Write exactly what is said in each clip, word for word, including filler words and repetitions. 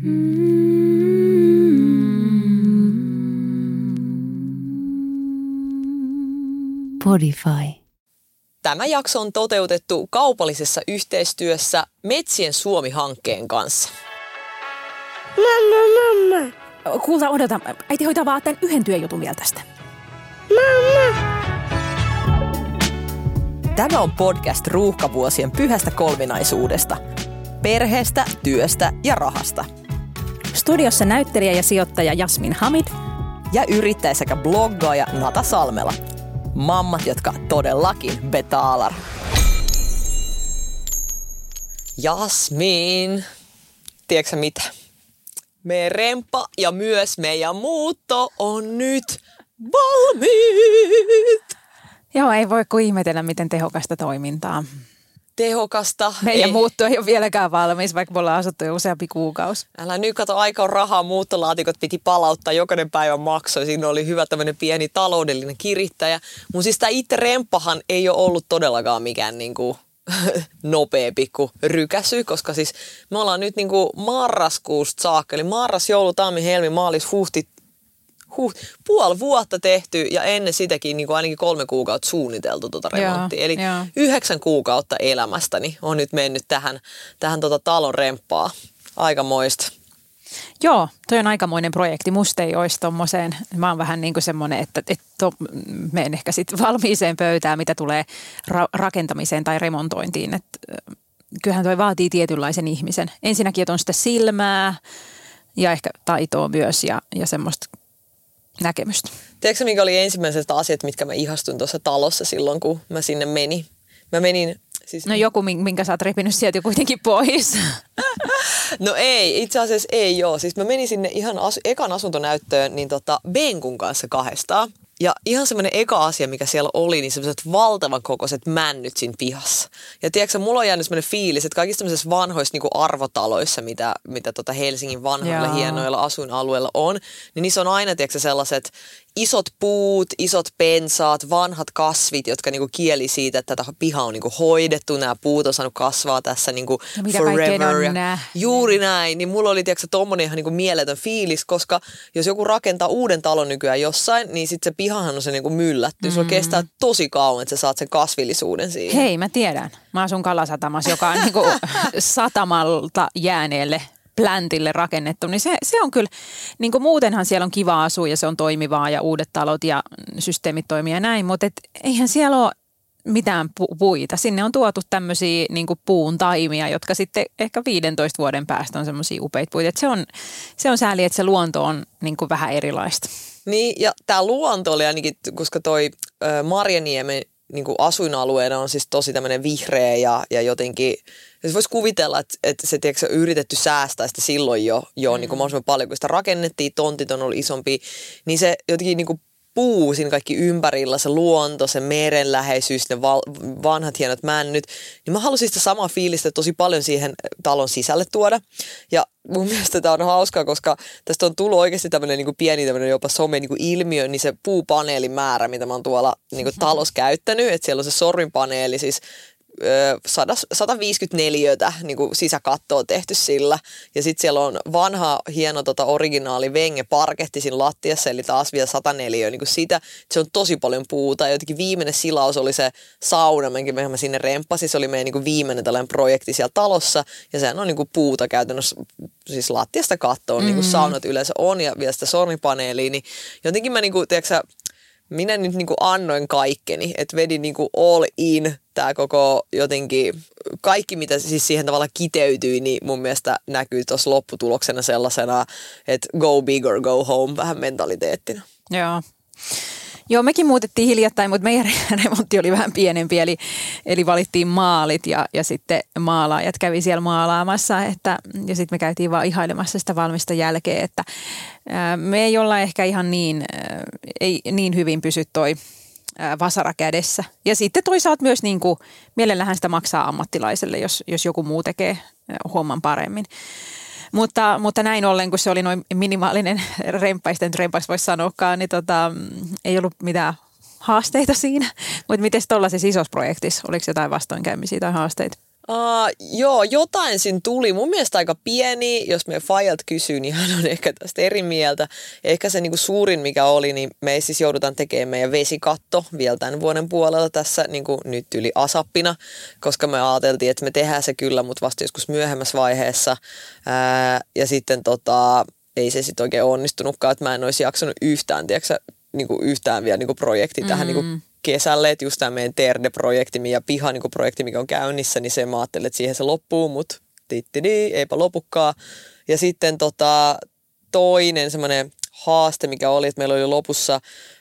Podify. Tämä jakso on toteutettu kaupallisessa yhteistyössä Metsien Suomi-hankkeen kanssa. Mamma, mamma. Kuulta, odota. Äiti hoitaa vaan tämän yhden työjutun vielä tästä. Mamma. Tämä on podcast ruuhkavuosien pyhästä kolminaisuudesta. Perheestä, työstä ja rahasta. Studiossa näyttelijä ja sijoittaja Jasmin Hamid. Ja yrittäjä sekä bloggaaja Nata Salmela. Mammat, jotka todellakin betaalar. Jasmin, tiedätkö mitä? Meidän remppa ja myös meidän muutto on nyt valmiit. Joo, ei voi kuin ihmetellä, miten tehokasta toimintaa. Tehokasta. Meidän ei. muutto ei ole vieläkään valmis, vaikka me ollaan asuttu jo useampi kuukausi. Älä nyt kato, aika on rahaa, muuttolaatikot piti palauttaa, jokainen päivä maksoi. Siinä oli hyvä tämmöinen pieni taloudellinen kirittäjä. Mutta siis tämä itse remppahan ei ole ollut todellakaan mikään niinku nopea pikku rykäsy, koska siis me ollaan nyt niinku marraskuusta saakka, eli marras, joulu, tammi, helmi, maalis, huhti, huh, puoli vuotta tehty ja ennen sitäkin niin kuin ainakin kolme kuukautta suunniteltu tuota remonttia. Eli joo. yhdeksän kuukautta elämästäni on nyt mennyt tähän, tähän tota talon remppaa. Aikamoista. Joo, toi on aikamoinen projekti. Musta ei olisi tommoseen. Mä oon vähän niin kuin semmoinen, että, että to, menen ehkä sitten valmiiseen pöytään, mitä tulee ra- rakentamiseen tai remontointiin. Et, kyllähän toi vaatii tietynlaisen ihmisen. Ensinnäkin, että on sitä silmää ja ehkä taitoa myös ja, ja semmoista näkemystä. Tiedätkö, mikä oli ensimmäiset asiat, mitkä mä ihastuin tuossa talossa silloin, kun mä sinne menin? Mä menin... Siis... No joku, minkä sä oot repinyt sieltä jo kuitenkin pois. No ei, itse asiassa ei ole. Siis mä menin sinne ihan asu- ekan asuntonäyttöön niin tota Benkun kanssa kahdestaan. Ja ihan semmoinen eka asia, mikä siellä oli, niin semmoiset valtavan kokoiset männyt siinä pihassa. Ja tiedätkö, mulla on jäänyt semmoinen fiilis, että kaikissa tämmöisissä vanhoissa niin kuin arvotaloissa, mitä, mitä tota Helsingin vanhoilla Jaa. hienoilla asuinalueilla on, niin niissä on aina tiedätkö, sellaiset isot puut, isot pensaat, vanhat kasvit, jotka niinku kieli siitä, että tätä pihaa on niinku hoidettu, nämä puut on saanut kasvaa tässä niinku ja mitä forever. on Ja nähnyt. juuri näin, niin mulla oli tiedätkö, tommonen ihan niinku mieletön fiilis, koska jos joku rakentaa uuden talon nykyään jossain, niin sitten se pihahan on se niinku myllätty. Mm. Sulla kestää tosi kauan, että sä saat sen kasvillisuuden siihen. Hei, mä tiedän. Mä asun Kalasatamassa, joka on niinku satamalta jääneelle pläntille rakennettu, niin se, se on kyllä, niin kuin muutenhan siellä on kiva asua ja se on toimivaa ja uudet talot ja systeemit toimii ja näin, mutta et, eihän siellä ole mitään pu- puita. Sinne on tuotu tämmöisiä niin kuin puun taimia, jotka sitten ehkä viidentoista vuoden päästä on semmoisia upeita puita. Et se on, se on sääli, että se luonto on niin kuin vähän erilaista. Niin, ja tämä luonto oli ainakin, koska toi ö, Marjaniemen niin kuin asuinalueena on siis tosi tämmöinen vihreä ja, ja jotenkin, jos voisi kuvitella, että, että se tiedätkö, on yritetty säästää sitä silloin jo, jo mm. niin kuin mahdollisimman paljon, kun sitä rakennettiin, tontit on ollut isompi, niin se jotenkin niin kuin puu siinä kaikki ympärillä, se luonto, se merenläheisyys, ne val- vanhat hienot männyt, niin mä halusin sitä samaa fiilistä tosi paljon siihen talon sisälle tuoda. Ja mun mielestä tämä on hauskaa, koska tästä on tullut oikeasti tämmöinen niin kuin pieni tämmöinen jopa some niin kuin ilmiö, niin se puupaneelin määrä, mitä mä oon tuolla niin kuin talossa käyttänyt, että siellä on se sorminpaneeli, siis sata viisikymmentäneljä niin kuin sisäkattoa tehty sillä. Ja sitten siellä on vanha, hieno tota, originaali venge parketti siinä lattiassa, eli taas vielä sata neljä niin kuin sitä. Se on tosi paljon puuta. Jotenkin viimeinen silaus oli se sauna, minkä mä sinne remppasin. Se oli meidän niin kuin viimeinen tällainen projekti siellä talossa. Ja sehän on niin kuin puuta käytännössä, siis lattiasta kattoon, mm-hmm. niin kuin saunat yleensä on, ja vielä sitä sormipaneelia. Niin jotenkin mä, niin kuin, tiedätkö, minä nyt niin kuin annoin kaikkeni, että vedin niin kuin all in tämä koko jotenkin, kaikki mitä siis siihen tavallaan kiteytyi, niin mun mielestä näkyy tuossa lopputuloksena sellaisena, että go big or go home vähän mentaliteettina. Joo. Joo, mekin muutettiin hiljattain, mutta meidän remontti oli vähän pienempi, eli, eli valittiin maalit ja, ja sitten maalaajat kävi siellä maalaamassa, että, ja sitten me käytiin vaan ihailemassa sitä valmista jälkeen, että ää, me ei olla ehkä ihan niin, ää, ei niin hyvin pysy toi ää, vasara kädessä. Ja sitten toisaalta myös niin kuin, mielellähän sitä maksaa ammattilaiselle, jos, jos joku muu tekee ää, homman paremmin. Mutta, mutta näin ollen, kun se oli noin minimaalinen remppaisten rempaksi voisi sanoakaan, niin tota, ei ollut mitään haasteita siinä. Mutta miten tuollaisessa isossa projektissa, oliko jotain vastoinkäymisiä tai haasteita? Uh, joo, jotain siinä tuli. Mun mielestä aika pieni, jos me Fajalt kysyy, niin hän on ehkä tästä eri mieltä. Ehkä se niinku suurin, mikä oli, niin me ei siis joudutaan tekemään meidän vesikatto vielä tämän vuoden puolella tässä niinku nyt yli asappina, koska me ajateltiin, että me tehdään se kyllä, mutta vasta joskus myöhemmässä vaiheessa. Ää, ja sitten tota, ei se sitten oikein onnistunutkaan, että mä en olisi jaksanut yhtään, tiedätkö, niinku yhtään vielä niinku projekti mm. tähän niinku kesälle, että just tämä meidän Terde-projekti ja piha-projekti, mikä on käynnissä, niin se mä ajattelin, että siihen se loppuu, mutta tittidi, eipä lopukaan. Ja sitten tota, toinen semmoinen haaste, mikä oli, että meillä oli lopussa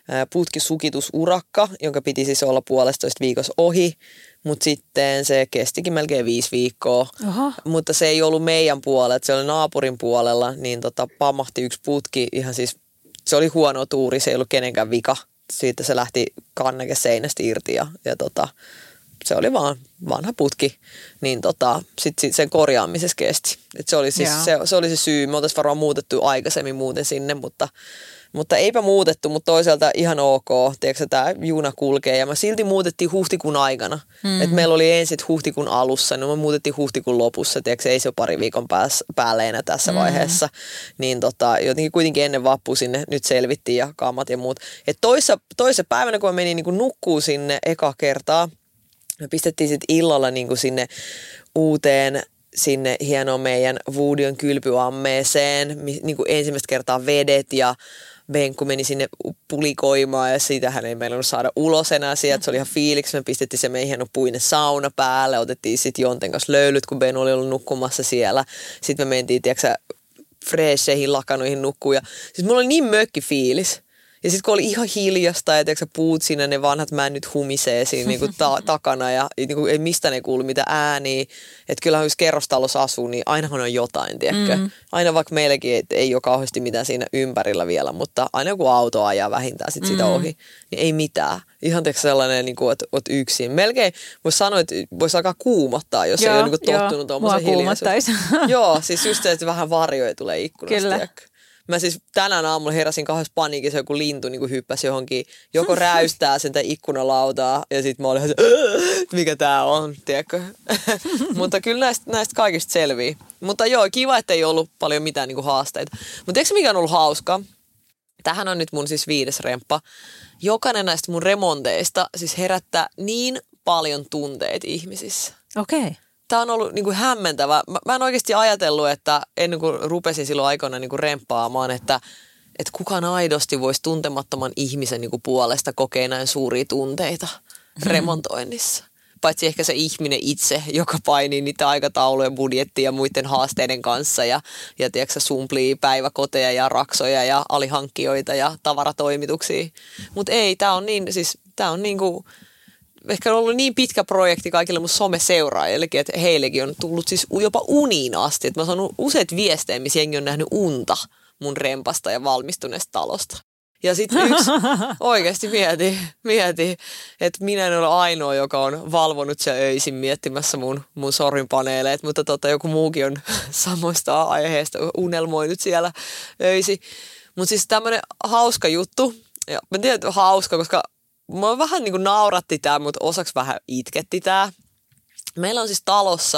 putkisukitusurakka, jonka piti siis olla puolestoista viikossa ohi, mutta sitten se kestikin melkein viisi viikkoa. Aha. Mutta se ei ollut meidän puolella, se oli naapurin puolella, niin tota, pamahti yksi putki, ihan siis, se oli huono tuuri, se ei ollut kenenkään vika. Siitä se lähti kanneke seinästä irti ja, ja tota, se oli vaan vanha putki, niin tota, sitten sit sen korjaamisessa kesti. Et se, oli siis, se, se oli se syy. Me oltaisiin varmaan muutettu aikaisemmin muuten sinne, mutta, mutta eipä muutettu, mutta toisaalta ihan ok. Tiedätkö, tämä juna kulkee ja me silti muutettiin huhtikuun aikana. Mm. Et meillä oli ensin huhtikuun alussa, niin me muutettiin huhtikuun lopussa. Tiedätkö, ei se ole pari viikon päässä, päälle enää tässä mm. vaiheessa. Niin tota, jotenkin kuitenkin ennen vappua sinne nyt selvittiin ja kammat ja muut. Et toissa, toissa päivänä, kun me menin niin nukkuu sinne eka kertaa, me pistettiin sitten illalla niin kuin sinne uuteen, sinne hienoon meidän Vuudion kylpyammeeseen, niin kuin ensimmäistä kertaa vedet ja Benkku meni sinne pulikoimaan ja siitähän ei meillä ollut saada ulos enää sieltä. Se oli ihan fiiliksi. Me pistettiin se meidän hieno puinen sauna päälle. Otettiin sitten Jonten kanssa löylyt, kun Ben oli ollut nukkumassa siellä. Sitten me mentiin, tiedätkö, fresheihin lakanuihin nukkuun. Ja siis mulla oli niin mökki fiilis. Ja sitten kun oli ihan hiljasta ja tiedätkö, puut siinä, ne vanhat männyt humisee siinä niin kuin ta- takana ja niin kuin, ei mistä ne kuulu mitä ääniä. Että kyllähän jos kerrostalossa asuu, niin ainahan on jotain, tiedätkö. Mm. Aina vaikka meilläkin et, ei ole kauheasti mitään siinä ympärillä vielä, mutta aina kun auto ajaa vähintään sit sitä mm. ohi, niin ei mitään. Ihan tiedätkö sellainen, niin kuin, että oot yksin. Melkein voisi sanoa, että voisi alkaa kuumottaa, jos joo, ei ole niin kuin tottunut tuommoisen hiljaisuuden. Joo, siis just se, että vähän varjoja tulee ikkunasta, tiedätkö. Mä siis tänään aamulla heräsin kahdessa paniikissa, joku lintu niin hyppäsi johonkin, joko räystää sen tai ikkunalautaa ja sit mä olin se, mikä tää on, tiedätkö? Mutta kyllä näistä, näistä kaikista selvii. Mutta joo, kiva, että ei ollut paljon mitään niin kuin haasteita. Mutta tiedätkö mikä on ollut hauska? Tähän on nyt mun siis viides remppa. Jokainen näistä mun remonteista siis herättää niin paljon tunteita ihmisissä. Okei. Okay. Tämä on ollut niin kuin hämmentävä. Mä, mä en oikeasti ajatellut, että ennen kuin rupesin silloin aikoina niin kuin remppaamaan, että, että kukaan aidosti voisi tuntemattoman ihmisen niin kuin puolesta kokea näin suuria tunteita remontoinnissa. Paitsi ehkä se ihminen itse, joka painii niitä aikatauluja, budjettia ja muiden haasteiden kanssa ja, ja tiedätkö, sumplii päiväkoteja ja raksoja ja alihankkijoita ja tavaratoimituksia. Mutta ei, tämä on niin, siis tämä on niin kuin ehkä on ollut niin pitkä projekti kaikille mun someseuraajillekin, että heillekin on tullut siis jopa uniin asti. Että mä oon saanut useat viestejä, missä jengi on nähnyt unta mun rempasta ja valmistuneesta talosta. Ja sitten yksi, oikeasti mieti, mieti, että minä en ole ainoa, joka on valvonut siellä öisin miettimässä mun, mun sorminpaneeleet, mutta tota, joku muukin on samoista aiheesta unelmoinut siellä öisin. Mutta siis tämmöinen hauska juttu, ja mä tiedän, että hauska, koska mua vähän niin kuin nauratti tämä, mutta osaksi vähän itketti tämä. Meillä on siis talossa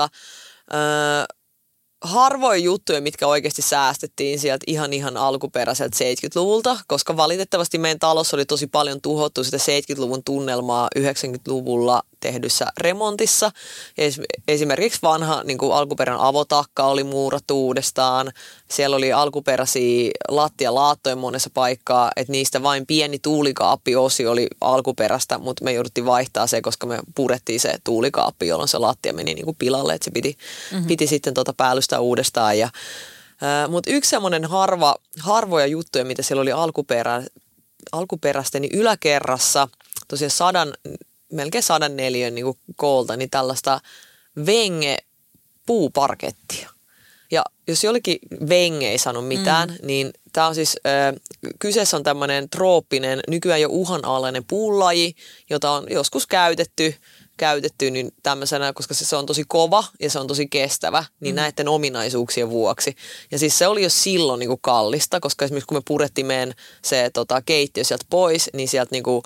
äh, harvoin juttuja, mitkä oikeasti säästettiin sieltä ihan ihan alkuperäiseltä seitsemänkymmentäluvulta, koska valitettavasti meidän talossa oli tosi paljon tuhottu sitä seitsemänkymmentäluvun tunnelmaa yhdeksänkymmentäluvulla tehdyssä remontissa. Esimerkiksi vanha niin kuin alkuperäinen avotakka oli muurattu uudestaan. Siellä oli alkuperäisiä lattialaattoja monessa paikkaa, että niistä vain pieni tuulikaappiosi oli alkuperäistä, mutta me jouduttiin vaihtaa se, koska me purettiin se tuulikaappi, jolloin se lattia meni niin kuin pilalle, että se piti, mm-hmm. piti sitten tota päällystää uudestaan. Ja, äh, mutta yksi semmoinen harva, harvoja juttuja, mitä siellä oli alkuperä, alkuperäistä, niin yläkerrassa tosiaan sadan, melkein sadan neliön niin kuin koolta, niin tällaista venge puuparkettia. Ja jos jollekin venge ei sano mitään, mm. niin tämä on siis, äh, kyseessä on tämmöinen trooppinen, nykyään jo uhanalainen puulaji, jota on joskus käytetty, käytetty niin tämmöisenä, koska se, se on tosi kova ja se on tosi kestävä, niin mm. näiden ominaisuuksien vuoksi. Ja siis se oli jo silloin niin kuin kallista, koska esimerkiksi kun me purettiin meidän se tota, keittiö sieltä pois, niin sieltä niin kuin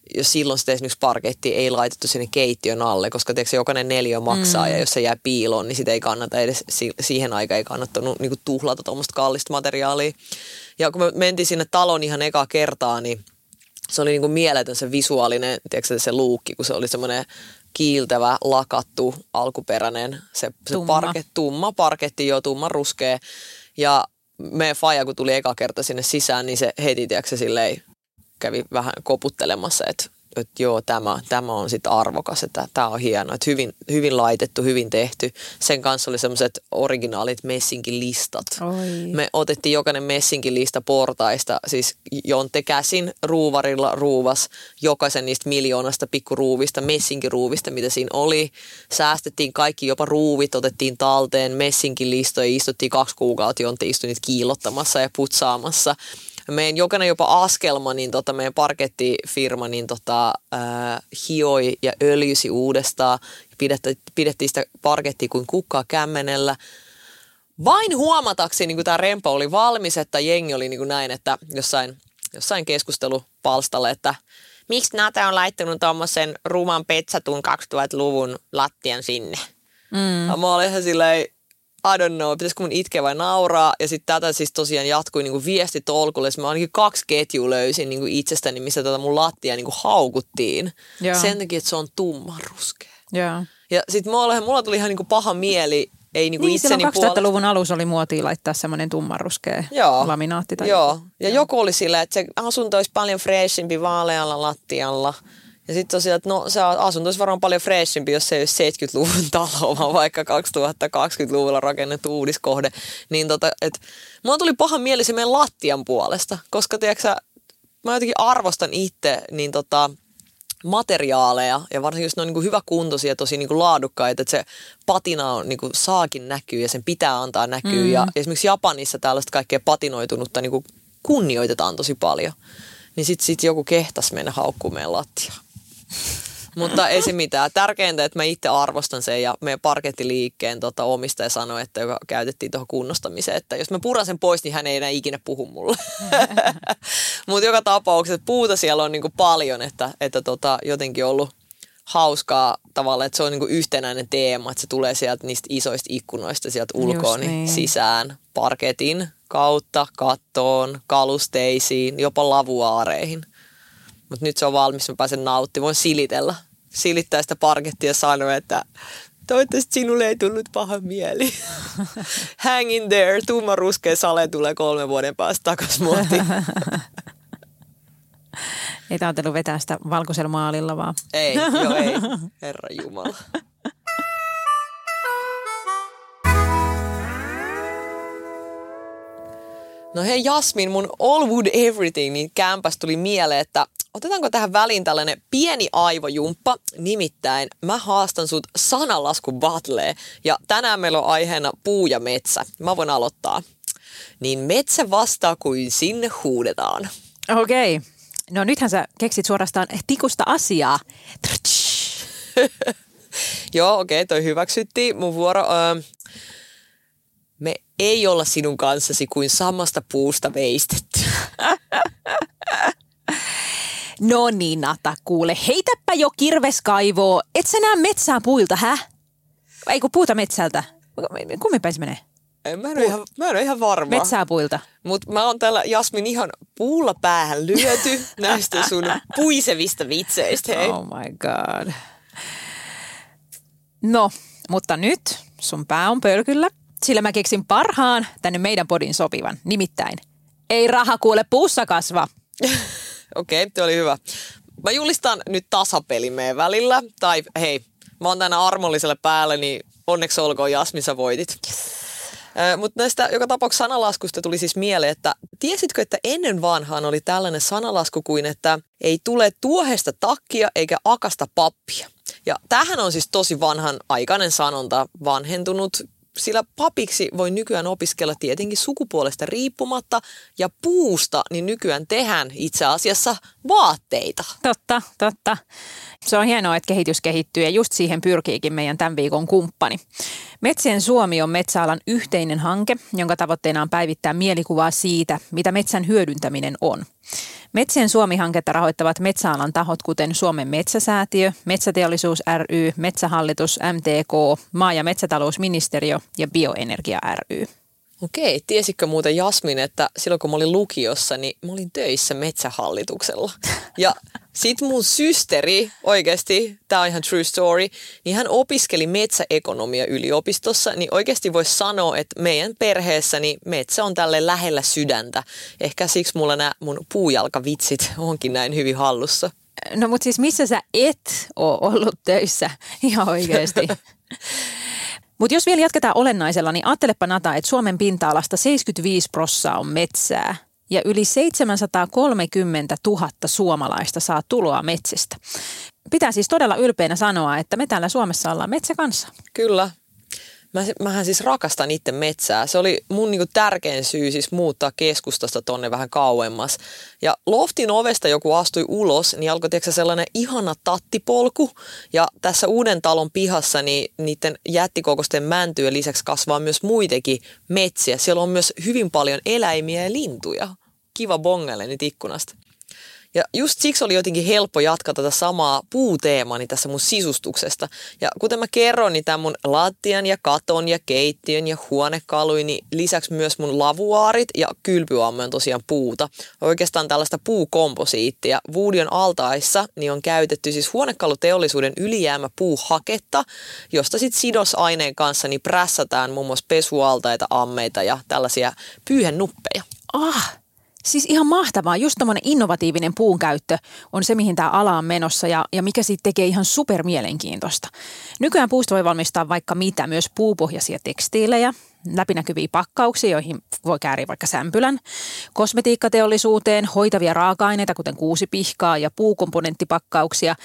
jos silloin sitten esimerkiksi parketti ei laitettu sinne keittiön alle, koska tiedätkö, jokainen neliö maksaa mm. ja jos se jää piiloon, niin sitä ei kannata edes, siihen aikaan ei kannattanut niin kuin tuhlata tuommoista kallista materiaalia. Ja kun me mentiin sinne talon ihan ekaa kertaa, niin se oli niin kuin mieletön se visuaalinen, tiedätkö, se luukki, kun se oli semmoinen kiiltävä, lakattu, alkuperäinen, se, se parket, tumma parketti, jo tumma ruskea. Ja meidän faija, kun tuli eka kerta sinne sisään, niin se heti, tiedätkö, silleen kävi vähän koputtelemassa, että, että joo, tämä, tämä on sitten arvokas, että tämä on hieno, että hyvin, hyvin laitettu, hyvin tehty. Sen kanssa oli semmoiset originaalit messinkilistat. Oi. Me otettiin jokainen messinkilista portaista, siis Jonte käsin ruuvarilla ruuvas jokaisen niistä miljoonasta pikkuruuvista, messinkiruuvista, mitä siinä oli. Säästettiin kaikki, jopa ruuvit otettiin talteen, messinkilistoja, istuttiin kaksi kuukautta, Jonte istui niitä kiillottamassa ja putsaamassa. Meidän jokainen jopa askelma, niin tota, meidän parkettifirma niin tota, äh, hioi ja öljysi uudestaan. Pidettiin, pidettiin sitä parkettia kuin kukkaa kämmenellä. Vain huomatakseni, niin kun tämä rempo oli valmis, että jengi oli niin kuin näin, että jossain, jossain keskustelupalstalle, että miksi Nate on laittanut tuommoisen ruman petsatun kaksituhattaluvun lattian sinne. Mm. Ja mä olin ihan silleen, I don't know, pitäisikö mun itkeä vai nauraa. Ja sitten tätä siis tosiaan jatkui niinku viestitolkulle. Mä ainakin kaksi ketjua löysin niinku itsestäni, missä tätä mun lattia niinku haukuttiin. Joo. Sen takia, että se on tummanruskea. Joo. Ja sitten mulla, mulla tuli ihan niinku paha mieli. Ei niinku niin, itseni silloin kaksituhattaluvun alussa oli muotia laittaa semmoinen tummanruskea Joo. laminaatti. Tai Joo, ja Joo. joku oli sillä, että se asunto olisi paljon freshimpi vaalealla lattialla. Ja sitten tosiaan, että no se asunto olisi varmaan paljon freshimpi, jos se ei olisi seitsemänkymmentäluvun talo, vaan vaikka kaksituhattakaksikymmentäluvulla rakennettu uudiskohde. Niin tota, että mulla tuli paha mieli se meidän lattian puolesta, koska tiedätkö mä jotenkin arvostan itse niin tota, materiaaleja ja varsinkin jos ne on niin kuin hyväkuntoisia ja tosi niin kuin laadukkaita, että se patina on niin kuin saakin näkyy ja sen pitää antaa näkyy. Mm. Ja esimerkiksi Japanissa tällaista kaikkea patinoitunutta niin kuin kunnioitetaan tosi paljon. Niin sitten sit joku kehtas mennä haukkuun meidän lattiaan. Mutta ei se mitään. Tärkeintä, että mä itse arvostan sen ja meidän parkettiliikkeen tota, omistaja sanoi, että joka käytettiin tuohon kunnostamiseen, että jos mä puran sen pois, niin hän ei enää ikinä puhu mulle. Mutta joka tapauksessa puuta siellä on niinku paljon, että, että tota, jotenkin ollut hauskaa tavalla, että se on niinku yhtenäinen teema, että se tulee sieltä niistä isoista ikkunoista sieltä ulkoon niin. sisään parketin kautta, kattoon, kalusteisiin, jopa lavuaareihin. Mutta nyt se on valmis, mä pääsen nauttimaan. Voin silitellä. Silittää sitä parkettia ja sanoa, että toivottavasti sinulle ei tullut paha mieli. Hang in there. Tumma ruskea sale tulee kolmen vuoden päästä takas muotiin. Ei ajatellut vetää sitä valkoisella maalilla vaan. Ei, joo ei. Herra Jumala. No hei Jasmin, mun All Wood Everything niin kämpäs tuli mieleen, että otetaanko tähän väliin tällainen pieni aivojumppa, nimittäin mä haastan sut sanalaskun battleen ja tänään meillä on aiheena puu ja metsä. Mä voin aloittaa. Niin metsä vastaa kuin sinne huudetaan. Okei. Okay. No nythän sä keksit suorastaan tikusta asiaa. Joo, okei, okay, toi hyväksyttiin. Mun vuoro. Öö, me ei olla sinun kanssasi kuin samasta puusta veistetty. No niin, Nata, kuule, heitäpä jo kirves kaivoo. Et sä näe metsää puilta, hä? Ei kun puuta metsältä. Kummin päin se menee? En, mä, en Puu- ihan, mä en ole ihan varma. Metsää puilta. Mutta mä oon täällä, Jasmin, ihan puulla päähän lyöty näistä sun puisevista vitseistä, hei. Oh my god. No, mutta nyt sun pää on pölkyllä, sillä mä keksin parhaan tänne meidän podin sopivan. Nimittäin, ei raha kuule puussa kasva. Okei, okay, se oli hyvä. Mä julistan nyt tasapeli meidän välillä. Tai hei, mä oon tänä armollisella päällä, niin onneksi olkoon Jasmin, sä voitit. Mutta näistä joka tapauksessa sanalaskusta tuli siis mieleen, että tiesitkö, että ennen vanhaan oli tällainen sanalasku kuin, että ei tule tuohesta takkia eikä akasta pappia. Ja tämähän on siis tosi vanhan aikainen sanonta, vanhentunut, sillä papiksi voi nykyään opiskella tietenkin sukupuolesta riippumatta ja puusta niin nykyään tehdään itse asiassa vaatteita. Totta, totta. Se on hienoa, että kehitys kehittyy ja just siihen pyrkiikin meidän tämän viikon kumppani. Metsien Suomi on metsäalan yhteinen hanke, jonka tavoitteena on päivittää mielikuvaa siitä, mitä metsän hyödyntäminen on. Metsien Suomi-hanketta rahoittavat metsäalan tahot, kuten Suomen metsäsäätiö, Metsäteollisuus ry, Metsähallitus, M T K, Maa- ja metsätalousministeriö ja Bioenergia ry. Okei, tiesitkö muuten Jasmin, että silloin kun mä olin lukiossa, niin mä olin töissä Metsähallituksella. Ja sit mun systeri, oikeasti, tää on ihan true story, niin hän opiskeli metsäekonomia yliopistossa, niin oikeasti voisi sanoa, että meidän perheessäni metsä on tälle lähellä sydäntä. Ehkä siksi mulla nämä mun puujalkavitsit onkin näin hyvin hallussa. No mutta siis missä sä et ole ollut töissä ihan oikeasti? Mutta jos vielä jatketaan olennaisella, niin ajattelepa Nata, että Suomen pinta-alasta seitsemänkymmentäviisi prosenttia on metsää ja yli seitsemänsataakolmekymmentätuhatta suomalaista saa tuloa metsistä. Pitää siis todella ylpeänä sanoa, että me täällä Suomessa ollaan metsäkansa. Kyllä. Mä, mähän siis rakastan itse metsää. Se oli mun niinku tärkein syy siis muuttaa keskustasta tonne vähän kauemmas. Ja loftin ovesta joku astui ulos, niin alkoi tiiäksä sellainen ihana tattipolku. Ja tässä uuden talon pihassa niin niiden jättikokoisten mäntyjen lisäksi kasvaa myös muitakin metsiä. Siellä on myös hyvin paljon eläimiä ja lintuja. Kiva bongelle nyt ikkunasta. Ja just siksi oli jotenkin helppo jatkaa tätä samaa puuteemani tässä mun sisustuksesta. Ja kuten mä kerron, niin tämän mun lattian ja katon ja keittiön ja huonekaluin, niin lisäksi myös mun lavuaarit ja kylpyammo on tosiaan puuta. Oikeastaan tällaista puukomposiittia. Vuudion altaissa niin on käytetty siis huonekaluteollisuuden ylijäämä puuhaketta, josta sitten sidosaineen kanssa niin prässätään muun muassa pesualtaita, ammeita ja tällaisia pyyhennuppeja. Ah! Siis ihan mahtavaa. Just tommoinen innovatiivinen puunkäyttö on se, mihin tämä ala on menossa ja, ja mikä siitä tekee ihan supermielenkiintoista. Nykyään puusta voi valmistaa vaikka mitä, myös puupohjaisia tekstiilejä, läpinäkyviä pakkauksia, joihin voi kääriä vaikka sämpylän, kosmetiikkateollisuuteen, hoitavia raaka-aineita, kuten kuusipihkaa ja puukomponenttipakkauksia.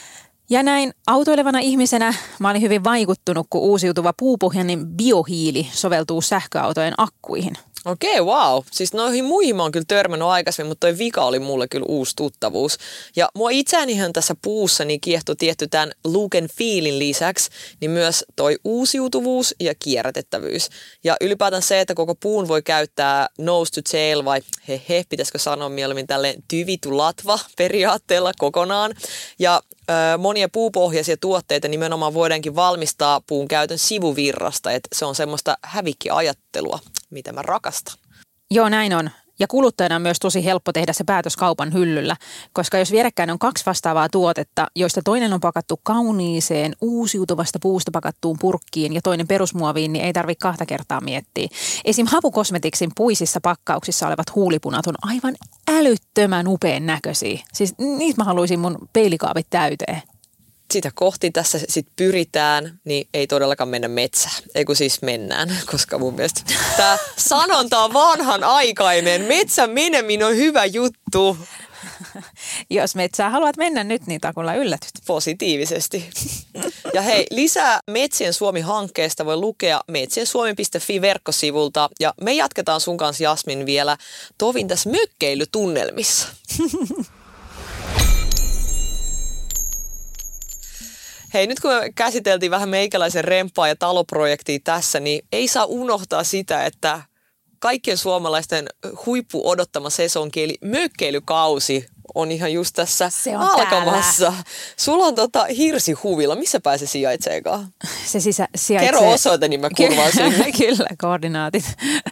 Ja näin autoilevana ihmisenä mä olin hyvin vaikuttunut, kun uusiutuva puupohjainen biohiili soveltuu sähköautojen akkuihin. Okei, wow. Siis noihin muihin mä oon kyllä törmännyt aikaisemmin, mutta toi vika oli mulle kyllä uusi tuttavuus. Ja mua itseänihän tässä puussa niin kiehtoi tietty tämän look and feelin lisäksi, niin myös toi uusiutuvuus ja kierrätettävyys. Ja ylipäätään se, että koko puun voi käyttää nose to tail vai he he, pitäisikö sanoa mieluummin tälleen tyvi to latva periaatteella kokonaan. Ja ö, monia puupohjaisia tuotteita nimenomaan voidaankin valmistaa puun käytön sivuvirrasta, että se on semmoista hävikkiajattelua, mitä mä rakastan. Joo, näin on. Ja kuluttajana on myös tosi helppo tehdä se päätös kaupan hyllyllä, koska jos vierekkäin on kaksi vastaavaa tuotetta, joista toinen on pakattu kauniiseen, uusiutuvasta puusta pakattuun purkkiin ja toinen perusmuoviin, niin ei tarvitse kahta kertaa miettiä. Esim. Hapukosmetiksin puisissa pakkauksissa olevat huulipunat on aivan älyttömän upean näköisiä. Siis niitä mä haluaisin mun peilikaapit täyteen. Sitä kohti tässä sitten pyritään, niin ei todellakaan mennä metsään. Ei kun siis mennään, koska mun mielestä tämä sanonta on vanhanaikainen. Metsän meneminen on hyvä juttu. Jos metsään haluat mennä nyt, niin takulla yllätyt. Positiivisesti. Ja hei, lisää Metsien Suomi-hankkeesta voi lukea metsiensuomi piste fi verkkosivulta. Ja me jatketaan sun kanssa, Jasmin, vielä tovin tässä mökkeilytunnelmissa. Hei, nyt kun me käsiteltiin vähän meikäläisen remppaa ja taloprojektia tässä, niin ei saa unohtaa sitä, että kaikkien suomalaisten huippu odottama sesonki, eli mökkeilykausi, on ihan just tässä alkamassa. Täällä. Sulla on tota hirsihuvila. Missä pääse sijaitseekaan? Se sisä, sijaitsee... Kerro osoite, niin mä kurvaan sinne. Kyllä, koordinaatit.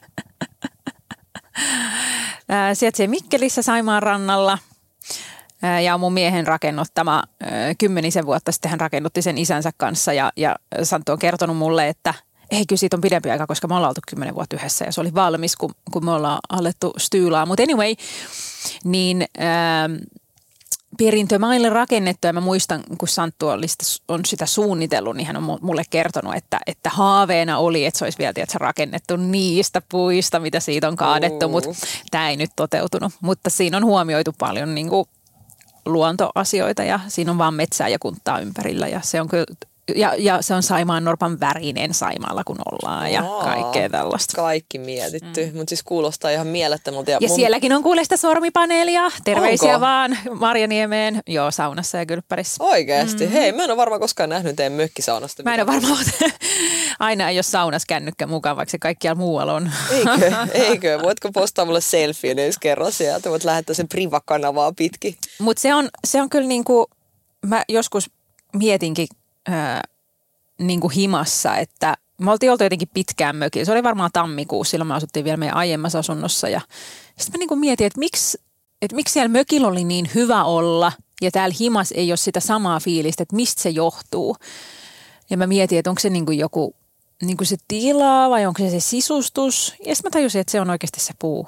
Sijaitsee Mikkelissä Saimaan rannalla. Ja on mun miehen rakennuttama. Kymmenisen vuotta sitten hän rakennutti sen isänsä kanssa ja, ja Santtu on kertonut mulle, että ei kyllä siitä on pidempi aika, koska me ollaan oltu kymmenen vuotta yhdessä ja se oli valmis, kun, kun me ollaan alettu styylaa. Mutta anyway, niin ää, perintömaille rakennettu ja mä muistan, kun Santtu on sitä suunnitellut, niin hän on mulle kertonut, että, että haaveena oli, että se olisi vielä tiedätkö, rakennettu niistä puista, mitä siitä on kaadettu, uh. mutta tämä ei nyt toteutunut. Mutta siinä on huomioitu paljon niin kuin luontoasioita ja siinä on vaan metsää ja kunttaa ympärillä ja se on kyllä ja, ja se on Saimaan norpan värinen Saimaalla kun ollaan ja Aa, kaikkea tällaista. Kaikki mietitty, mm. mutta siis kuulostaa ihan mielettömältä. Ja, ja mun... sielläkin on kuule sitä sormipaneelia. Terveisiä Onko? vaan Marjaniemeen. Joo, saunassa ja kylppärissä. Oikeasti? Mm. Hei, mä en ole varmaan koskaan nähnyt teidän mökkisaunasta. Mä en ole varmaan, aina ei ole saunassa kännykkä mukaan, vaikka se kaikkialla muualla on. Eikö? Eikö? Voitko postaa mulle selfien ensi kerran sieltä? Voit lähettää sen privakanavaa pitkin. Mutta se on, se on kyllä niinku, mä joskus mietinkin ää, niinku himassa, että me oltiin oltu jotenkin pitkään mökillä. Se oli varmaan tammikuussa, silloin me asuttiin vielä meidän aiemmassa asunnossa. Ja sitten mä niinku mietin, että miksi, että miksi siellä mökillä oli niin hyvä olla ja täällä himas ei ole sitä samaa fiilistä, että mistä se johtuu. Ja mä mietin, että onko se niinku joku niinku se tila vai onko se se sisustus. Ja sitten mä tajusin, että se on oikeasti se puu.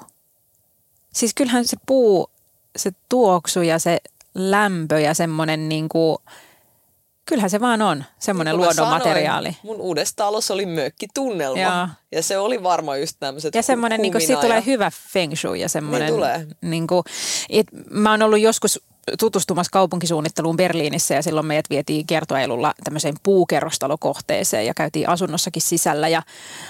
Siis kyllähän se puu, se tuoksu ja se lämpö ja semmoinen niinku, kyllähän se vaan on semmoinen niin luonnonmateriaali. Mun uudessa talossa oli mökkitunnelma. Joo. Ja se oli varmaan just tämmöiset ja semmoinen, niinku, siitä ja... tulee hyvä feng shui ja semmoinen. Niin tulee. Niinku, et, mä oon ollut joskus tutustumassa kaupunkisuunnitteluun Berliinissä ja silloin meidät vietiin kiertoilulla tämmöiseen puukerrostalokohteeseen ja käytiin asunnossakin sisällä ja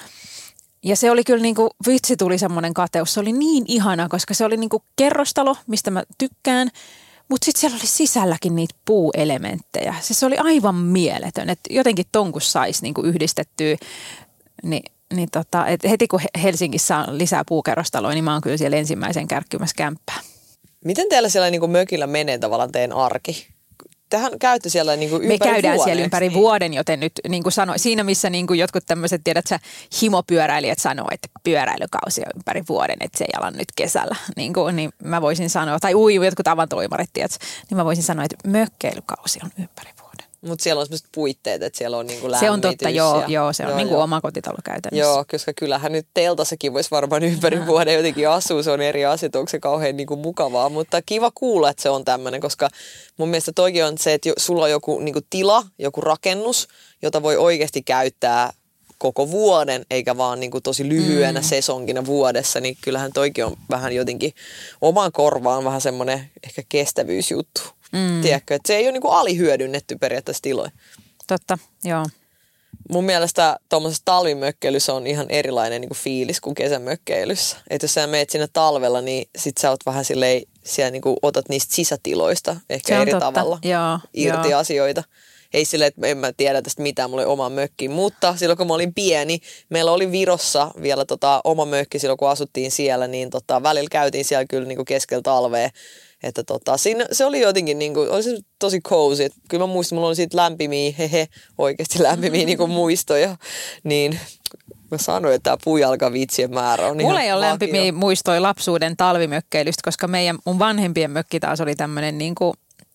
Ja se oli kyllä niinku, vitsi tuli semmoinen kateus. Se oli niin ihana, koska se oli niinku kerrostalo, mistä mä tykkään. Mutta sitten siellä oli sisälläkin niitä puuelementtejä. Siis se oli aivan mieletön. Että jotenkin ton kun saisi niinku yhdistettyä, niin, niin tota, et heti kun Helsingissä on lisää puukerrostaloja, niin mä oon kyllä siellä ensimmäisen kärkkymässä kämppää. Miten teillä siellä niinku mökillä menee tavallaan teidän arki? Tähän käytte siellä niinku ympäri Me käydään vuoden, siellä ympäri niin? vuoden, joten nyt niin kuin sanoin, siinä missä niin kuin jotkut tämmöiset, tiedät sä, himopyöräilijät sanoo, että pyöräilykausi on ympäri vuoden, että se ei ala nyt kesällä. Niin, kuin, niin mä voisin sanoa, tai ui, jotkut avantoimarit, tiedät, niin mä voisin sanoa, että mökkeilykausi on ympäri vuoden. Mutta siellä on sellaiset puitteet, että siellä on niinku lämmitys. Se on totta, joo, ja... joo se on joo, niin kuin joo. oma kotitalo käytännössä. Joo, koska kyllähän nyt teltassakin voisi varmaan ympäri mm. vuoden jotenkin asua. Se on eri asia, onko se kauhean niinku mukavaa. Mutta kiva kuulla, että se on tämmöinen, koska mun mielestä toikin on se, että sulla on joku niinku tila, joku rakennus, jota voi oikeasti käyttää koko vuoden, eikä vaan niinku tosi lyhyenä mm. sesonkina vuodessa, niin kyllähän toikin on vähän jotenkin omaan korvaan vähän semmoinen ehkä kestävyysjuttu. Mm. Tiedätkö, että se ei ole niinku alihyödynnetty periaatteessa tiloja. Totta, joo. Mun mielestä tuommoisessa talvimökkeilyssä on ihan erilainen niinku fiilis kuin kesämökkeilyssä. Että jos sä meet sinne talvella, niin sit sä oot vähän silleen, siellä niinku otat niistä sisätiloista ehkä eri totta. tavalla joo, irti joo. asioita. Ei silleen, että en mä tiedä tästä mitään, mulla oli oma mökki. Mutta silloin kun mä olin pieni, meillä oli Virossa vielä tota, oma mökki silloin kun asuttiin siellä, niin tota, välillä käytiin siellä kyllä niinku keskellä talvea. Että tota, siinä, se oli jotenkin niinku, oli se tosi cozy. Et kyllä mä muistan, mulla oli siitä lämpimiä, hehe, oikeasti lämpimiä niinku muistoja. Niin mä sanoin, että tämä puujalkavitsien määrä on Mulla ihan ei ole vakio. lämpimiä muistoja lapsuuden talvimökkeilystä, koska meidän, mun vanhempien mökki taas oli tämmöinen niinku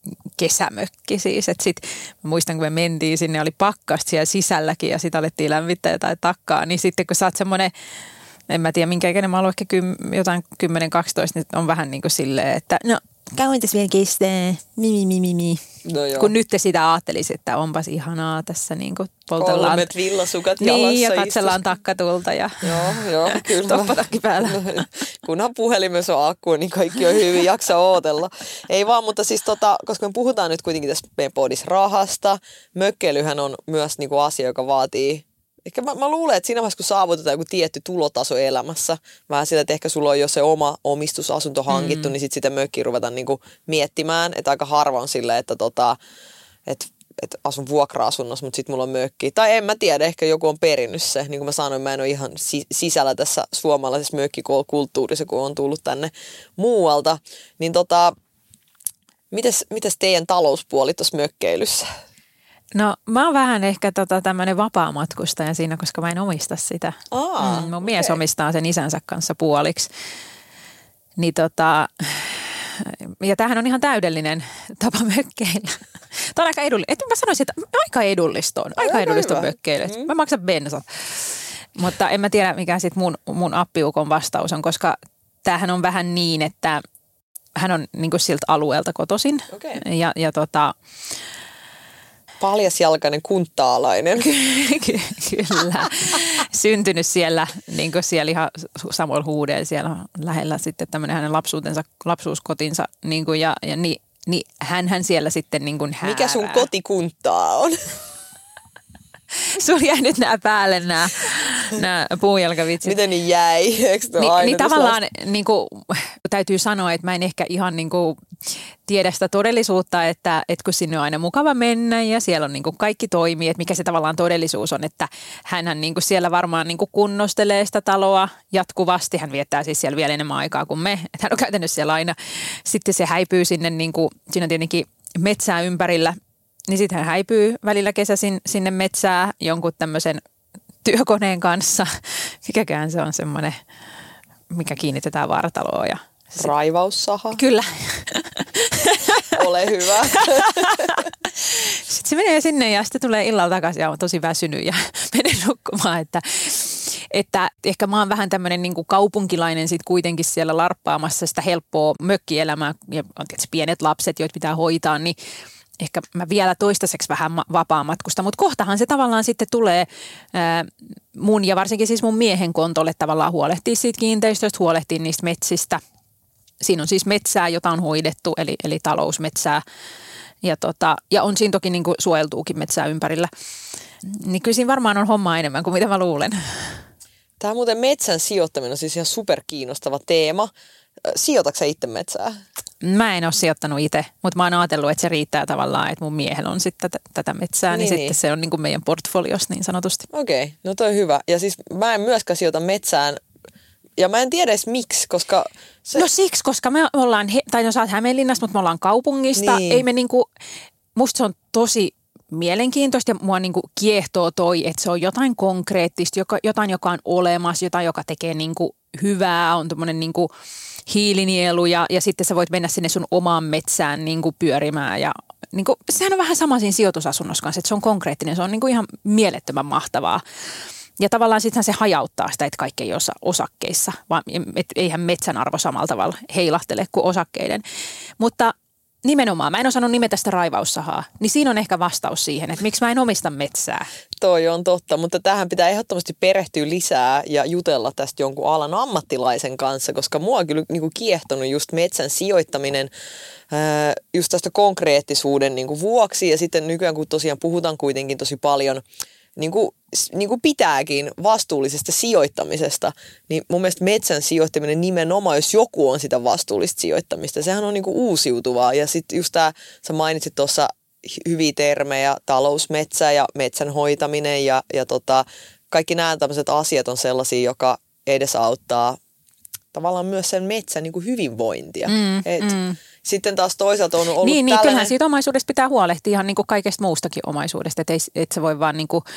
kesämökki siis. Et sit, mä muistan, kun me mentiin sinne, oli pakkasta siellä sisälläkin ja sitten alettiin lämmittää jotain takkaa. Niin sitten kun sä oot semmoinen, en mä tiedä minkä ikäinen mä ollut, ehkä kym, jotain kymmenen kaksitoista, niin on vähän niin kuin silleen, että no kauan tässä vielä kestää, mi, mi, mi, mi, mi. No Kun nyt te sitä ajattelisi, että onpas ihanaa tässä niin kuin poltellaan. Kolmet villasukat jalassa. Niin, ja katsellaan takkatulta ja Joo, joo, kyllä. toppatakki päällä. Kunhan puhelimessa on akku, niin kaikki on hyvin, jaksa ootella. Ei vaan, mutta siis tota, koska me puhutaan nyt kuitenkin tässä meidän podissa rahasta, mökkeilyhän on myös niinku asia, joka vaatii, ehkä mä, mä luulen, että siinä vaiheessa kun saavutetaan joku tietty tulotaso elämässä, vähän sillä, että ehkä sulla on jo se oma omistusasunto hankittu, mm. niin sitten sitä mökkiä ruvetaan niinku miettimään, että aika harva on silleen, että tota, et, et asun vuokra-asunnossa, mutta sitten mulla on mökki. Tai en mä tiedä, ehkä joku on perinnyt se. Niin kuin mä sanoin, mä en ole ihan si- sisällä tässä suomalaisessa mökkikulttuurissa, kun on tullut tänne muualta. Niin tota, mites, mites teidän talouspuoli tuossa mökkeilyssä? No mä oon vähän ehkä tota, tämmöinen vapaamatkustaja siinä, koska mä en omista sitä. Aa, mm, mun okay. mies omistaa sen isänsä kanssa puoliksi. Niin tota, ja tämähän on ihan täydellinen tapa mökkeillä. Tämä on aika edullista. Et mä sanoisin, että aika edullista on. Aika, aika edullista on mökkeillä. Mm. Mä maksan bensat. Mutta en mä tiedä, mikä sitten mun, mun appiukon vastaus on, koska tämähän on vähän niin, että hän on niinku siltä alueelta kotoisin. Okay. Ja, ja tota... Paljasjalkainen kuntaalainen. Kyllä. Syntynyt siellä, niin kuin siellä ihan samoilla huudeilla siellä lähellä sitten tämmöinen hänen lapsuutensa, lapsuuskotinsa. Niin kuin ja, ja niin, niin hänhän siellä sitten niin kuin häärää. Mikä sun kotikuntaa on? Sulla jäi nyt nämä päälle nämä, nämä puujalkavitsit. Miten niin jäi? Eikö Ni, niin tavallaan niin kuin, täytyy sanoa, että mä en ehkä ihan niin kuin, tiedä sitä todellisuutta, että, että kun sinne on aina mukava mennä ja siellä on niin kuin, kaikki toimii, että mikä se tavallaan todellisuus on, että hänhän niin kuin, siellä varmaan niin kuin, kunnostelee sitä taloa jatkuvasti. Hän viettää siis siellä vielä enemmän aikaa kuin me, että hän on käytännössä siellä aina. Sitten se häipyy sinne, niin kuin, siinä on tietenkin metsää ympärillä. Niin sitten hän häipyy välillä kesäisin sinne metsää jonkun tämmöisen työkoneen kanssa. Mikäkään se on semmoinen, mikä kiinnitetään vartaloon. Ja raivaussaha. Kyllä. Ole hyvä. Sitten se menee sinne ja sitten tulee illalla takaisin ja on tosi väsynyt ja menee nukkumaan. Että, että ehkä mä oon vähän tämmöinen niin kuin kaupunkilainen sit kuitenkin siellä larppaamassa sitä helppoa mökkielämää. Ja on tietysti pienet lapset, joita pitää hoitaa, niin ehkä mä vielä toistaiseksi vähän vapaamatkusta, mutta kohtahan se tavallaan sitten tulee ää, mun ja varsinkin siis mun miehen kontolle tavallaan huolehtii siitä kiinteistöstä, huolehtii niistä metsistä. Siinä on siis metsää, jota on hoidettu, eli, eli talousmetsää ja, tota, ja on siinä toki niin kuin suojeltuukin metsää ympärillä. Niin kyllä siinä varmaan on hommaa enemmän kuin mitä mä luulen. Tämä muuten metsän sijoittaminen on siis ihan superkiinnostava teema. Sijoitatko sä itse metsää? Mä en ole sijoittanut itse, mutta mä oon ajatellut, että se riittää tavallaan, että mun miehellä on sitten tätä, tätä metsää, niin, niin sitten niin. Se on niin kuin meidän portfoliossa niin sanotusti. Okei, okay, no toi hyvä. Ja siis mä en myöskään sijoita metsään, ja mä en tiedä edes miksi, koska... Se... No siksi, koska me ollaan, tai no sä oot Hämeenlinnasta, mutta me ollaan kaupungista. Niin. Ei me niinku, musta se on tosi mielenkiintoista ja mua niinku kiehtoo toi, että se on jotain konkreettista, joka, jotain, joka on olemassa, jotain, joka tekee niinku hyvää, on tommonen niinku hiilinielu ja, ja sitten sä voit mennä sinne sun omaan metsään niinku pyörimään ja niinku, sehän on vähän sama siinä sijoitusasunnossa kanssa, että se on konkreettinen, se on niinku ihan mielettömän mahtavaa. Ja tavallaan sittenhän se hajauttaa sitä, että kaikki ei ole osakkeissa, vaan et eihän metsän arvo samalla tavalla heilahtele kuin osakkeiden. Mutta nimenomaan, mä en osannut nimetä sitä raivaussahaa, niin siinä on ehkä vastaus siihen, että miksi mä en omista metsää. Toi on totta, mutta tähän pitää ehdottomasti perehtyä lisää ja jutella tästä jonkun alan ammattilaisen kanssa, koska mua on kyllä niinku kiehtonut just metsän sijoittaminen ää, just tästä konkreettisuuden niinku vuoksi. Ja sitten nykyään, kun tosiaan puhutaan kuitenkin tosi paljon niin kuin, niin kuin pitääkin vastuullisesta sijoittamisesta, niin mun mielestä metsän sijoittaminen nimenomaan, jos joku on sitä vastuullista sijoittamista, sehän on niin kuin uusiutuvaa. Ja sitten just tämä, sä mainitsit tuossa hyviä termejä, talousmetsä ja metsän hoitaminen ja, ja tota, kaikki nämä tämmöiset asiat on sellaisia, joka edesauttaa tavallaan myös sen metsän niin kuin hyvinvointia. Mm, Et, mm. Sitten taas toisaalta on ollut niin, niin, tällainen... kyllähän siitä omaisuudesta pitää huolehtia ihan niin kuin kaikesta muustakin omaisuudesta, että et se voi vaan niin kuin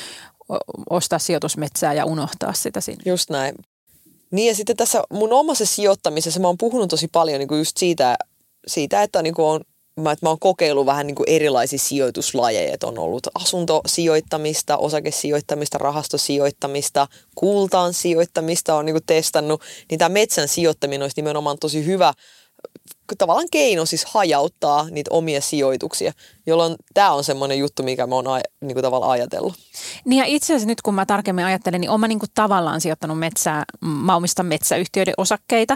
ostaa sijoitusmetsää ja unohtaa sitä sinne. Just näin. Niin ja sitten tässä mun omassa sijoittamisessa mä oon puhunut tosi paljon niin kuin just siitä, siitä että, niin kuin on, mä, että mä oon kokeillut vähän niin kuin erilaisia sijoituslajeja, että on ollut asuntosijoittamista, osakesijoittamista, rahastosijoittamista, kultaan sijoittamista on niin kuin testannut, niin tämä metsän sijoittaminen olisi nimenomaan tosi hyvä tavallaan keino siis hajauttaa niitä omia sijoituksia, jolloin tämä on semmoinen juttu, mikä mä oon aj- niinku tavallaan ajatellut. Niin ja itse asiassa nyt kun mä tarkemmin ajattelen, niin oon mä niinku tavallaan sijoittanut metsää, mä omistan metsäyhtiöiden osakkeita.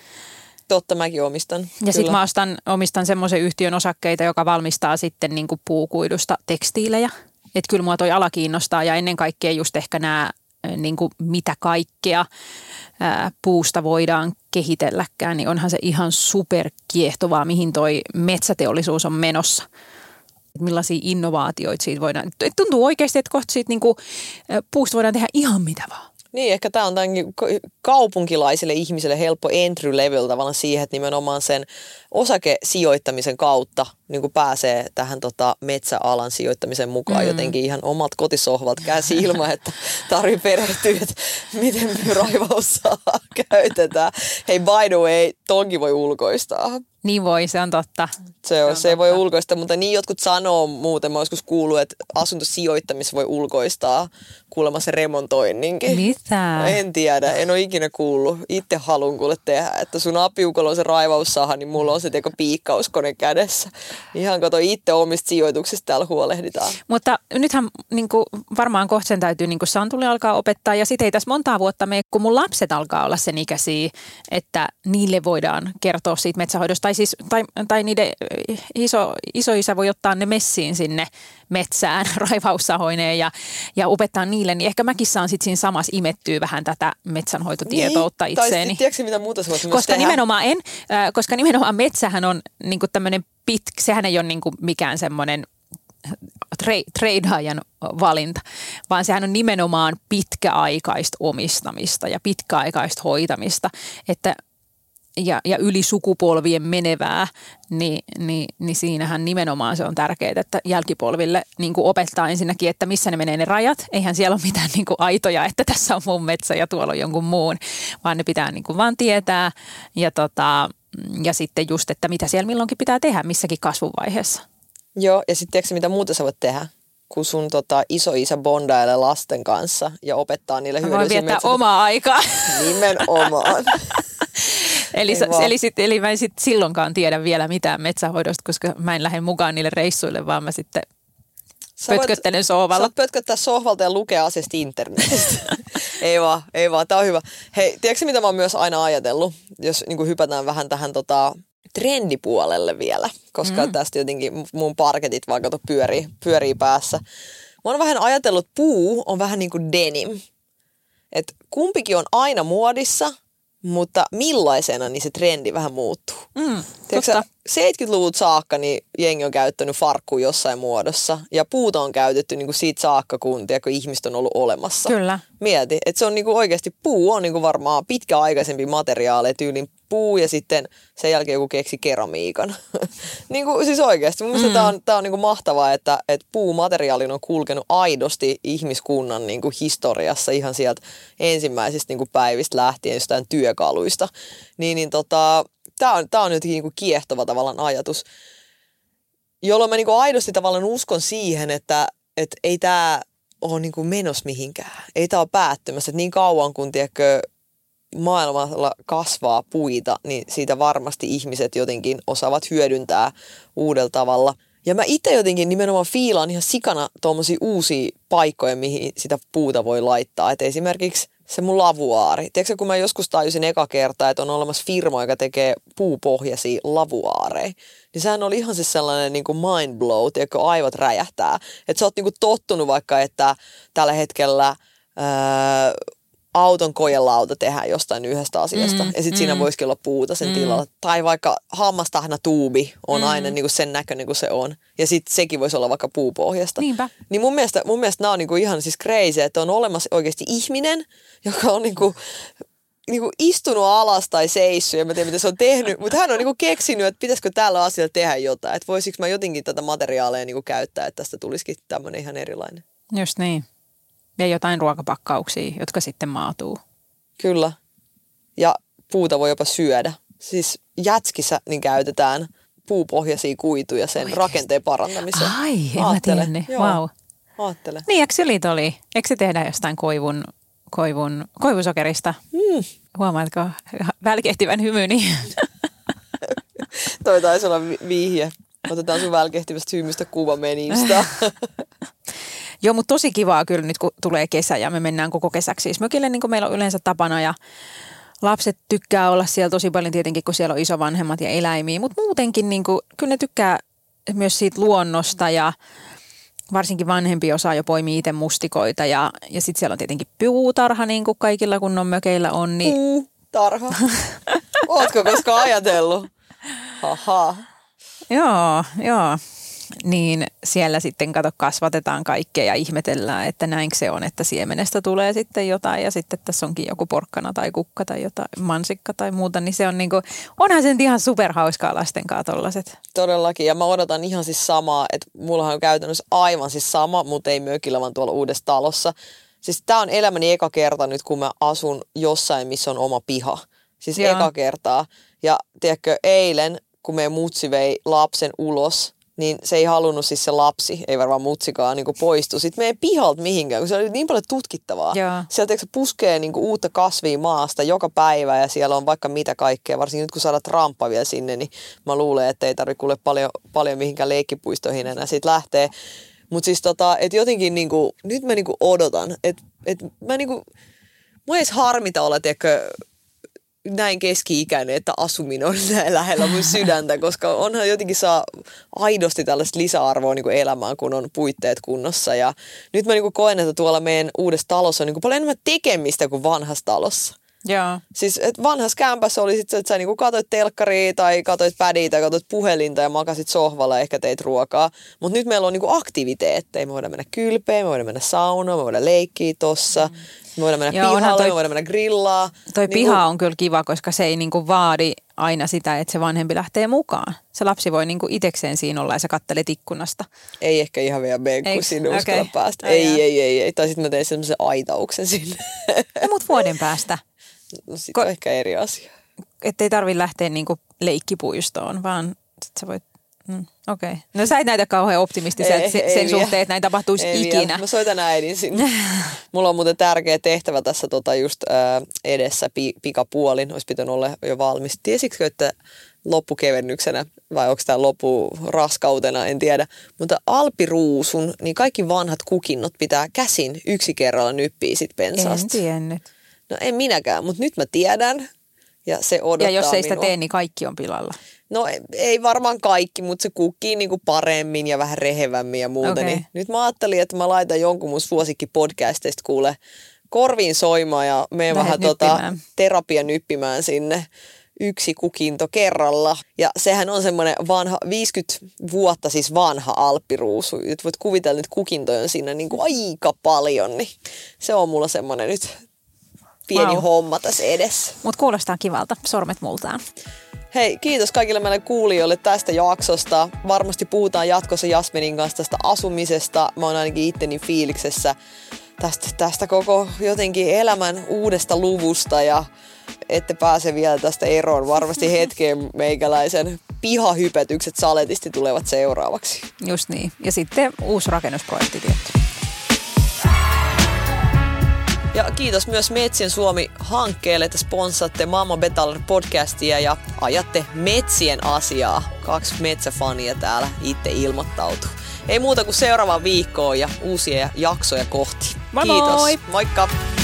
Totta, mäkin omistan. Ja sitten mä ostan, omistan semmoisen yhtiön osakkeita, joka valmistaa sitten niinku puukuidusta tekstiilejä. Että kyllä mua toi ala kiinnostaa ja ennen kaikkea just ehkä nämä niinku mitä kaikkea ää, puusta voidaan kehitelläkään, niin onhan se ihan superkiehtovaa, mihin toi metsäteollisuus on menossa. Millaisia innovaatioita siitä voidaan. Tuntuu oikeasti, että kohta siitä niinku, puusta voidaan tehdä ihan mitä vaan. Niin, ehkä tämä on tämänkin kaupunkilaisille ihmisille helppo entry level tavallaan siihen, että nimenomaan sen osakesijoittamisen kautta niin kuin pääsee tähän tota metsäalan sijoittamisen mukaan mm. jotenkin ihan omat kotisohvalta käsi ilman, että tarvitsee perehtyä, että miten raivaussahaa käytetään. Hei, by the way, tonkin voi ulkoistaa. Niin voi, se on totta. Se, on, se, on se totta. Voi ulkoistaa, mutta niin jotkut sanoo muuten, mä joskus kuullut, että asuntosijoittamissa voi ulkoistaa kuulemma se remontoinninkin. Mitä? En tiedä, en ole ikinä kuullut. Itse haluan kuule tehdä, että sun apiukolla on se raivaussaha, niin mulla on se teko piikkauskone kädessä. Ihan kato, itse omista sijoituksista täällä huolehditaan. Mutta nythän niin kuin, varmaan kohta sen täytyy niin kuin Santuli alkaa opettaa ja sitten ei tässä montaa vuotta mene, kun mun lapset alkaa olla sen ikäisiä, että niille voi voidaan kertoa siitä metsänhoidosta. Tai, siis, tai, tai niiden iso, isoisä voi ottaa ne messiin sinne metsään raivaussahoineen ja, ja opettaa niille. Niin ehkä mäkin saan sitten siinä samassa imettyä vähän tätä metsänhoitotietoutta niin, itseeni. Tai tiedätkö mitä muuta sä voit koska tehdä? nimenomaan en, äh, koska nimenomaan metsähän on niinku tämmöinen pitkä, sehän ei ole niinku mikään semmoinen treidaajan valinta, vaan sehän on nimenomaan pitkäaikaista omistamista ja pitkäaikaista hoitamista, että ja, ja yli sukupolvien menevää, niin, niin, niin siinähän nimenomaan se on tärkeää, että jälkipolville niin kuin opettaa ensinnäkin, että missä ne menee ne rajat. Eihän siellä ole mitään niin kuin aitoja, että tässä on mun metsä ja tuolla on jonkun muun, vaan ne pitää niin kuin vaan tietää ja, tota, ja sitten just, että mitä siellä milloinkin pitää tehdä missäkin kasvuvaiheessa. Joo, ja sitten tiedätkö mitä muuta sä voit tehdä? Kun sun tota, isoisä bondailee lasten kanssa ja opettaa niille hyödyllisiä Voin viettää metsät... omaa aikaa. Nimenomaan. Eli, eli, sit, eli mä en sit silloinkaan tiedä vielä mitään metsähoidosta, koska mä en lähde mukaan niille reissuille, vaan mä sitten sä pötköttelen voit, sohvalla. Sä voit pötköttää sohvalta ja lukea asiasta internetistä. ei vaan, ei vaan. Tää on hyvä. Hei, tiedätkö mitä mä oon myös aina ajatellut, jos niin kuin hypätään vähän tähän tota, trendipuolelle vielä, koska mm. tästä jotenkin mun parketit vaan kato pyörii, pyörii päässä. Mä oon vähän ajatellut, että puu on vähän niin kuin denim. Että kumpikin on aina muodissa, mutta millaisena niin se trendi vähän muuttuu. Mm, Tiedätkö, seitsemänkymmentäluvulta saakka niin jengi on käyttänyt farkkua jossain muodossa ja puuta on käytetty niin kuin siitä saakka, kun tiedätkö, ihmiset on ollut olemassa. Kyllä. Mieti, että se on niin kuin oikeasti, puu on niin kuin varmaan pitkäaikaisempi materiaali, tyylin puu ja sitten sen jälkeen joku keksi keramiikan. niin kuin, siis oikeasti, mun mielestä mm. tämä on, tää on niin kuin mahtavaa, että, että puumateriaalin on kulkenut aidosti ihmiskunnan niin kuin historiassa ihan sieltä ensimmäisistä niin kuin päivistä lähtien jostain työkaluista. Niin, niin tota... Tämä on, tämä on jotenkin niin kuin kiehtova tavallaan ajatus, jolloin mä niin kuin aidosti tavallaan uskon siihen, että, että ei tämä ole niin kuin menossa mihinkään. Ei tämä ole päättymässä. Että niin kauan kun tiedätkö, maailmalla kasvaa puita, niin siitä varmasti ihmiset jotenkin osaavat hyödyntää uudella tavalla. Ja mä itse jotenkin nimenomaan fiilaan ihan sikana tuommoisia uusia paikkoja, mihin sitä puuta voi laittaa. Et esimerkiksi se mun lavuaari. Tiedätkö, kun mä joskus tajusin eka kertaa, että on olemassa firma, joka tekee puupohjaisia lavuaareja, niin sehän oli ihan siis sellainen niin kuin mind blow, tiedätkö, aivot räjähtää. Että sä oot niin kuin tottunut vaikka, että tällä hetkellä ää, auton kojelauta tehdään jostain yhdestä asiasta. Mm, ja sitten mm. siinä voisikin olla puuta sen mm. tilalla. Tai vaikka hammastahna tuubi on mm. aina niin kuin sen näköinen kuin se on. Ja sitten sekin voisi olla vaikka puupohjasta. Niinpä. Niin mun mielestä, mun mielestä nämä on niin kuin ihan siis crazy, että on olemassa oikeasti ihminen, joka on niin kuin, niin kuin istunut alas tai seissyt. Ja mä tiedän, mitä se on tehnyt. Mutta hän on niin kuin keksinyt, että pitäisikö tällä asialla tehdä jotain. Että voisiko mä jotenkin tätä materiaalia niin kuin käyttää, että tästä tulisikin tämmöinen ihan erilainen. Just niin. Ja jotain ruokapakkauksia, jotka sitten maatuu. Kyllä. Ja puuta voi jopa syödä. Siis jätskissä niin käytetään puupohjaisia kuituja sen Oikeasti. rakenteen parantamiseen. Ai, en Aattele. mä tiennyt. Vau. Aattele. Niin, eikö sylit oli? Eikö se tehdä jostain koivun, koivun, koivusokerista? Mm. Huomaatko välkehtivän hymyni? Toi taisi olla vihje. Otetaan sun välkehtivästä hymystä kuva menistä. Joo, mutta tosi kivaa kyllä nyt, kun tulee kesä ja me mennään koko kesäksi siis mökille, niin kuin meillä on yleensä tapana ja lapset tykkää olla siellä tosi paljon tietenkin, kun siellä on isovanhemmat ja eläimiä, mutta muutenkin niin kuin, kyllä ne tykkää myös siitä luonnosta ja varsinkin vanhempi osaa jo poimia itse mustikoita ja, ja sitten siellä on tietenkin puutarha niin kuin kaikilla kunnon mökeillä on. Niin... Puutarha. Ootko koskaan ajatellut? Haha. Joo, joo. Niin siellä sitten kato kasvatetaan kaikkea ja ihmetellään, että näinkö se on, että siemenestä tulee sitten jotain ja sitten tässä onkin joku porkkana tai kukka tai jotain mansikka tai muuta, niin se on niinku, onhan se nyt ihan superhauskaa lasten kanssa tollaset. Todellakin ja mä odotan ihan siis samaa, että mullahan on käytännössä aivan siis sama, mutta ei mökillä vaan tuolla uudessa talossa. Siis tää on elämäni eka kerta nyt, kun mä asun jossain, missä on oma piha. Siis Joo. eka kertaa. Ja tiedätkö, eilen, kun meidän mutsi vei lapsen ulos, niin se ei halunnut siis se lapsi, ei varmaan mutsikaan, niin poistu sitten meidän pihalta mihinkään, kun se oli niin paljon tutkittavaa. Jaa. Sieltä se puskee niin uutta kasvia maasta joka päivä ja siellä on vaikka mitä kaikkea. Varsinkin nyt kun saadaan tramppa vielä sinne, niin mä luulen, että ei tarvitse kuule paljon, paljon mihinkään leikkipuistoihin enää siitä lähtee. Mutta siis tota, että jotenkin niin kuin, nyt mä niin kuin odotan, että et mä niin kuin, mua ei edes harmita olla, tiedätkö, näin keski-ikäinen, että asuminen on näin lähellä mun sydäntä, koska onhan jotenkin saa aidosti tällaista lisäarvoa niin kuin elämään, kun on puitteet kunnossa. Ja nyt mä niin kuin koen, että tuolla meidän uudessa talossa on niin kuin paljon enemmän tekemistä kuin vanhassa talossa. Joo. Siis et vanhassa kämpässä oli sit se, että sä niinku katoit telkkaria tai katoit pädiä tai katoit puhelinta ja makasit sohvalla ja ehkä teit ruokaa. Mutta nyt meillä on niinku aktiviteetteja. Me voidaan mennä kylpeen, me voidaan mennä saunaan, me voidaan leikkiä tossa. Mm. Me voidaan mennä Joo, pihalle, toi, me voidaan mennä grillaa. Toi niinku, piha on kyllä kiva, koska se ei niinku vaadi aina sitä, että se vanhempi lähtee mukaan. Se lapsi voi niinku itekseen siinä olla ja sä kattelet ikkunasta. Ei ehkä ihan vielä mene, kun sinne okay. uskalla päästä. Ei, ei, ei, ei, ei. Tai sitten mä tein semmoisen aitauksen sinne. No mut vuoden päästä. No sit on Ko- ehkä eri asia. Että ei tarvitse lähteä niinku leikkipuistoon, vaan sit sä voit... Mm, Okei. Okay. No sä et näytä kauhean optimistiselta sen ei suhteen, että näin tapahtuisi ei ikinä. Vielä. Mä soitan äidin sinne. Mulla on muuten tärkeä tehtävä tässä tota just ää, edessä pi, pikapuolin. Olisi pitänyt olla jo valmis. Tiesitkö, että loppukevennyksenä vai onko tämä loppu raskautena, en tiedä. Mutta alpiruusun, niin kaikki vanhat kukinnot pitää käsin yksi kerralla nyppiä sit pensaasta. En tiennyt. No en minäkään, mutta nyt mä tiedän ja se odottaa Ja jos ei minua. sitä tee, niin kaikki on pilalla. No ei varmaan kaikki, mutta se kukkii niinku paremmin ja vähän rehevämmin ja muuta. Okay. Niin nyt mä ajattelin, että mä laitan jonkun mun suosikkipodcasteista kuule korviin soimaan ja menen vähän tota, terapia nyppimään sinne yksi kukinto kerralla. Ja sehän on semmoinen vanha, viisikymmentä vuotta siis vanha alppiruusu. Nyt voit kuvitella, että kukintoja on siinä niinku aika paljon, niin se on mulla semmoinen nyt pieni wow. homma tässä edessä. Mut kuulostaa kivalta, sormet multaan. Hei, kiitos kaikille meille kuulijoille tästä jaksosta. Varmasti puhutaan jatkossa Jasminin kanssa tästä asumisesta. Mä oon ainakin itteni fiiliksessä tästä, tästä koko jotenkin elämän uudesta luvusta ja ette pääse vielä tästä eroon. Varmasti hetkeen meikäläisen pihahypetykset saletisti tulevat seuraavaksi. Just niin. Ja sitten uusi rakennusprojekti tietty. Ja kiitos myös Metsien Suomi-hankkeelle, että sponssaatte Mamma Betalar podcastia ja ajatte metsien asiaa. Kaksi metsäfania täällä itse ilmoittautuu. Ei muuta kuin seuraavaan viikkoon ja uusia jaksoja kohti. Moi Kiitos. moi! Moikka!